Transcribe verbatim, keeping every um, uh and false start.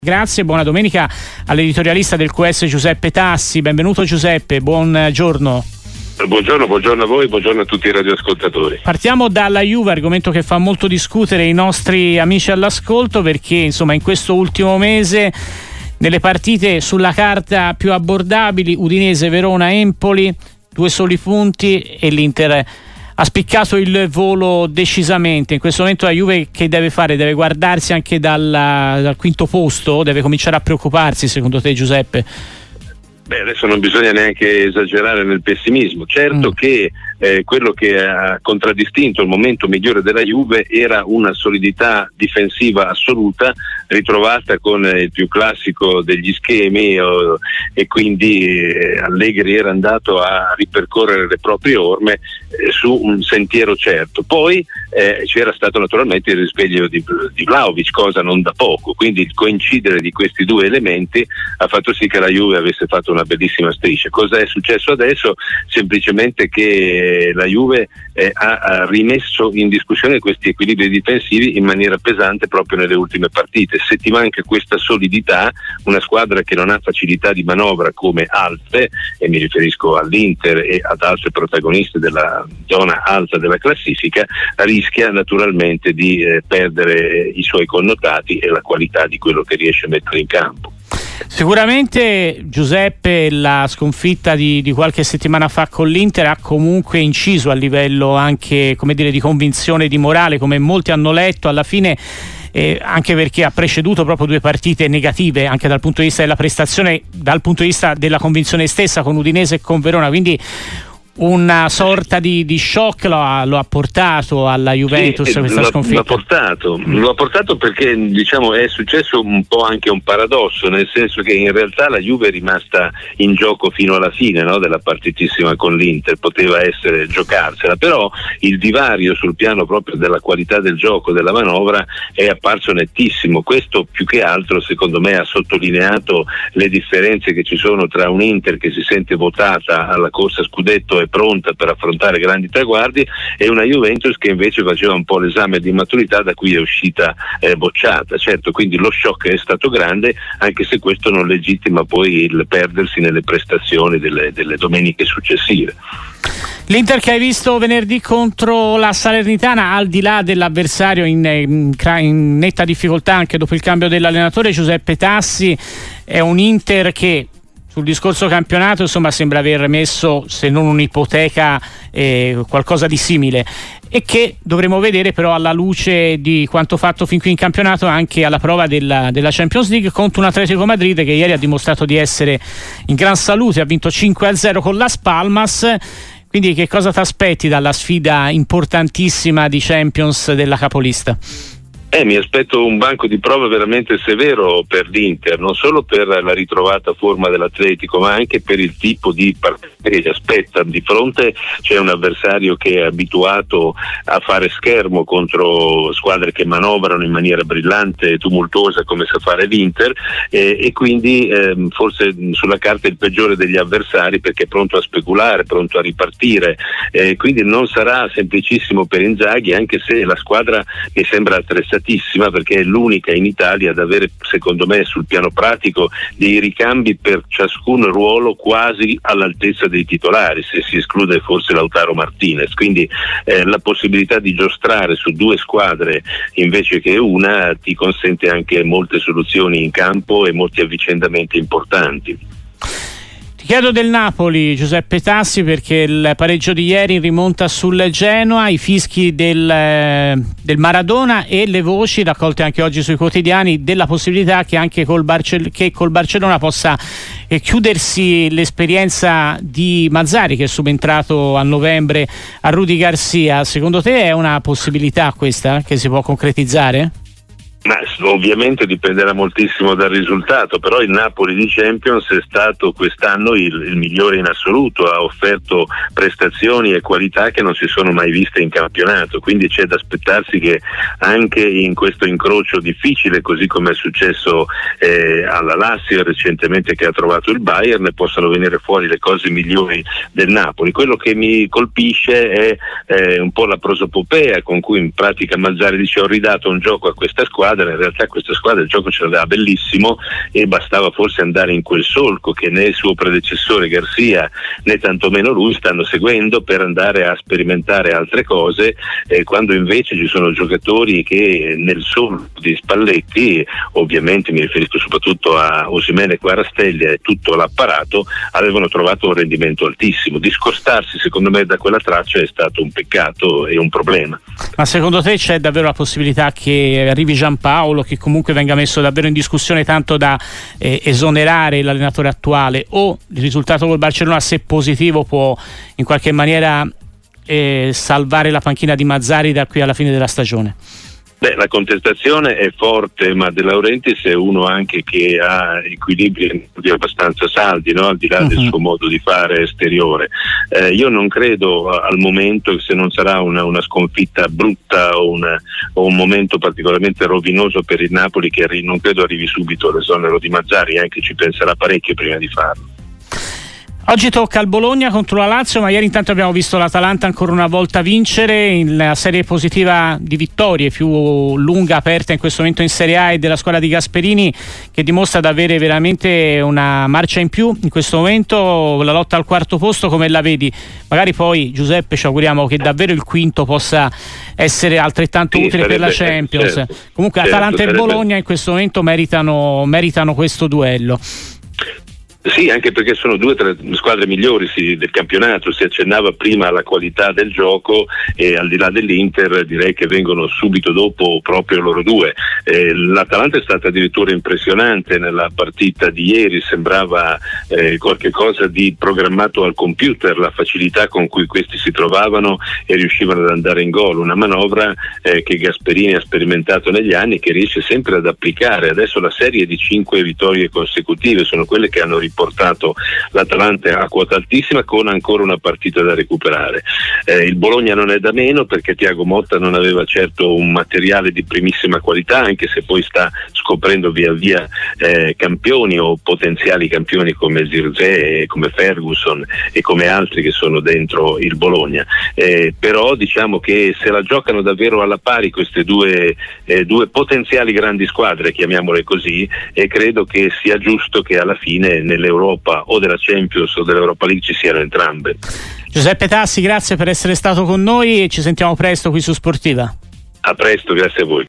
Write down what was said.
Grazie, buona domenica all'editorialista del Q S Giuseppe Tassi. Benvenuto Giuseppe, buongiorno. Buongiorno, buongiorno a voi, buongiorno a tutti i radioascoltatori. Partiamo dalla Juve, argomento che fa molto discutere i nostri amici all'ascolto, perché insomma in questo ultimo mese nelle partite sulla carta più abbordabili, Udinese, Verona, Empoli, due soli punti e l'Inter ha spiccato il volo decisamente. In questo momento la Juve che deve fare? Deve guardarsi anche dalla, dal quinto posto? Deve cominciare a preoccuparsi, secondo te Giuseppe? Beh, adesso non bisogna neanche esagerare nel pessimismo. Certo mm. che eh, quello che ha contraddistinto il momento migliore della Juve era una solidità difensiva assoluta, ritrovata con il più classico degli schemi, oh, e quindi eh, Allegri era andato a ripercorrere le proprie orme eh, su un sentiero certo. Poi eh, c'era stato naturalmente il risveglio di, di Vlahovic, cosa non da poco, quindi il coincidere di questi due elementi ha fatto sì che la Juve avesse fatto una bellissima striscia. Cosa è successo adesso? Semplicemente che la Juve eh, ha, ha rimesso in discussione questi equilibri difensivi in maniera pesante proprio nelle ultime partite. Se ti manca questa solidità, una squadra che non ha facilità di manovra come altre, e mi riferisco all'Inter e ad altre protagoniste della zona alta della classifica, rischia naturalmente di eh, perdere i suoi connotati e la qualità di quello che riesce a mettere in campo. Sicuramente Giuseppe la sconfitta di, di qualche settimana fa con l'Inter ha comunque inciso a livello anche, come dire, di convinzione, di morale, come molti hanno letto alla fine, eh, anche perché ha preceduto proprio due partite negative anche dal punto di vista della prestazione, dal punto di vista della convinzione stessa, con Udinese e con Verona, quindi una sorta di, di shock lo ha, lo ha portato alla Juventus, sì, questa l'ha, sconfitta. L'ha portato, lo ha portato perché diciamo è successo un po' anche un paradosso, nel senso che in realtà la Juve è rimasta in gioco fino alla fine, no, della partitissima con l'Inter, poteva essere giocarsela, però il divario sul piano proprio della qualità del gioco, della manovra, è apparso nettissimo. Questo più che altro secondo me ha sottolineato le differenze che ci sono tra un Inter che si sente votata alla corsa scudetto è pronta per affrontare grandi traguardi e una Juventus che invece faceva un po' l'esame di maturità da cui è uscita eh, bocciata. Certo, quindi lo shock è stato grande, anche se questo non legittima poi il perdersi nelle prestazioni delle, delle domeniche successive. L'Inter che hai visto venerdì contro la Salernitana, al di là dell'avversario in, in, in netta difficoltà anche dopo il cambio dell'allenatore Giuseppe Tassi, è un Inter che sul discorso campionato insomma sembra aver messo, se non un'ipoteca, eh, qualcosa di simile, e che dovremo vedere però alla luce di quanto fatto fin qui in campionato anche alla prova della, della Champions League contro un Atletico Madrid che ieri ha dimostrato di essere in gran salute, ha vinto cinque a zero con Las Palmas. Quindi che cosa ti aspetti dalla sfida importantissima di Champions della capolista? Eh, mi aspetto un banco di prova veramente severo per l'Inter, non solo per la ritrovata forma dell'Atletico, ma anche per il tipo di partita che si aspetta. Di fronte c'è un avversario che è abituato a fare schermo contro squadre che manovrano in maniera brillante e tumultuosa come sa fare l'Inter, eh, e quindi eh, forse sulla carta è il peggiore degli avversari perché è pronto a speculare, pronto a ripartire, eh, quindi non sarà semplicissimo per Inzaghi, anche se la squadra mi sembra attrezzata perché è l'unica in Italia ad avere, secondo me, sul piano pratico dei ricambi per ciascun ruolo quasi all'altezza dei titolari, se si esclude forse Lautaro Martinez, quindi eh, la possibilità di giostrare su due squadre invece che una ti consente anche molte soluzioni in campo e molti avvicendamenti importanti. Ti chiedo del Napoli, Giuseppe Tassi, perché il pareggio di ieri rimonta sul Genoa, i fischi del, del Maradona e le voci raccolte anche oggi sui quotidiani della possibilità che anche col, Barcell- che col Barcellona possa eh, chiudersi l'esperienza di Mazzarri, che è subentrato a novembre a Rudy Garcia. Secondo te è una possibilità questa che si può concretizzare? Ma ovviamente dipenderà moltissimo dal risultato, però il Napoli di Champions è stato quest'anno il, il migliore in assoluto, ha offerto prestazioni e qualità che non si sono mai viste in campionato, quindi c'è da aspettarsi che anche in questo incrocio difficile, così come è successo eh, alla Lazio recentemente che ha trovato il Bayern, possano venire fuori le cose migliori del Napoli. Quello che mi colpisce è eh, un po' la prosopopea con cui in pratica Mazzarri dice: ho ridato un gioco a questa squadra squadra, in realtà questa squadra il gioco ce l'aveva bellissimo e bastava forse andare in quel solco che né il suo predecessore Garcia né tantomeno lui stanno seguendo per andare a sperimentare altre cose, eh, quando invece ci sono giocatori che nel solco di Spalletti, ovviamente mi riferisco soprattutto a Osimhen e Kvaratskhelia e tutto l'apparato, avevano trovato un rendimento altissimo. Discostarsi secondo me da quella traccia è stato un peccato e un problema. Ma secondo te c'è davvero la possibilità che arrivi Giampaolo, che comunque venga messo davvero in discussione tanto da eh, esonerare l'allenatore attuale, o il risultato col Barcellona, se positivo, può in qualche maniera eh, salvare la panchina di Mazzarri da qui alla fine della stagione? Beh, la contestazione è forte, ma De Laurentiis è uno anche che ha equilibri abbastanza saldi, no? Al di là uh-huh. del suo modo di fare esteriore. Eh, io non credo al momento, se non sarà una, una sconfitta brutta o, una, o un momento particolarmente rovinoso per il Napoli, che arri- non credo arrivi subito l'esonero di Mazzarri, anche ci penserà parecchio prima di farlo. Oggi tocca al Bologna contro la Lazio, ma ieri intanto abbiamo visto l'Atalanta ancora una volta vincere in la serie positiva di vittorie più lunga aperta in questo momento in Serie A e della squadra di Gasperini, che dimostra di avere veramente una marcia in più in questo momento. La lotta al quarto posto come la vedi? Magari poi, Giuseppe, ci auguriamo che davvero il quinto possa essere altrettanto sì, utile sarebbe, per la Champions. Certo, Comunque certo, Atalanta sarebbe... e Bologna in questo momento meritano, meritano questo duello. Sì, anche perché sono due tra le squadre migliori sì, del campionato. Si accennava prima alla qualità del gioco e al di là dell'Inter direi che vengono subito dopo proprio loro due. Eh, L'Atalanta è stata addirittura impressionante nella partita di ieri, sembrava eh, qualche cosa di programmato al computer, la facilità con cui questi si trovavano e riuscivano ad andare in gol, una manovra eh, che Gasperini ha sperimentato negli anni, che riesce sempre ad applicare. Adesso la serie di cinque vittorie consecutive sono quelle che hanno portato l'Atalanta a quota altissima, con ancora una partita da recuperare. Eh, il Bologna non è da meno, perché Thiago Motta non aveva certo un materiale di primissima qualità, anche se poi sta scoprendo via via eh, campioni o potenziali campioni come Zirkzee, come Ferguson e come altri che sono dentro il Bologna. Eh, però diciamo che se la giocano davvero alla pari queste due, eh, due potenziali grandi squadre, chiamiamole così, e credo che sia giusto che alla fine nell'Europa o della Champions o dell'Europa League ci siano entrambe. Giuseppe Tassi, grazie per essere stato con noi e ci sentiamo presto qui su Sportiva. A presto, grazie a voi.